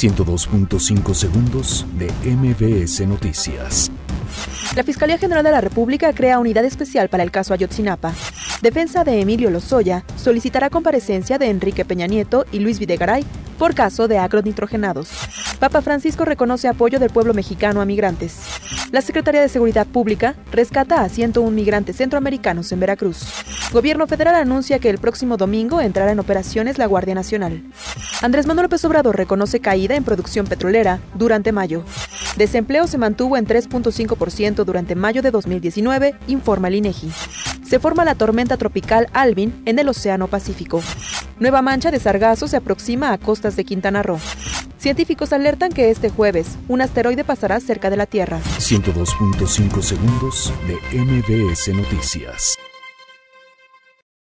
102.5 segundos de MBS Noticias. La Fiscalía General de la República crea unidad especial para el caso Ayotzinapa. Defensa de Emilio Lozoya solicitará comparecencia de Enrique Peña Nieto y Luis Videgaray por caso de agronitrogenados. Papa Francisco reconoce apoyo del pueblo mexicano a migrantes. La Secretaría de Seguridad Pública rescata a 101 migrantes centroamericanos en Veracruz. Gobierno federal anuncia que el próximo domingo entrará en operaciones la Guardia Nacional. Andrés Manuel López Obrador reconoce caída en producción petrolera durante mayo. Desempleo se mantuvo en 3.5% durante mayo de 2019, informa el INEGI. Se forma la tormenta tropical Alvin en el Océano Pacífico. Nueva mancha de sargazo se aproxima a costas de Quintana Roo. Científicos alertan que este jueves un asteroide pasará cerca de la Tierra. 102.5 segundos de MBS Noticias.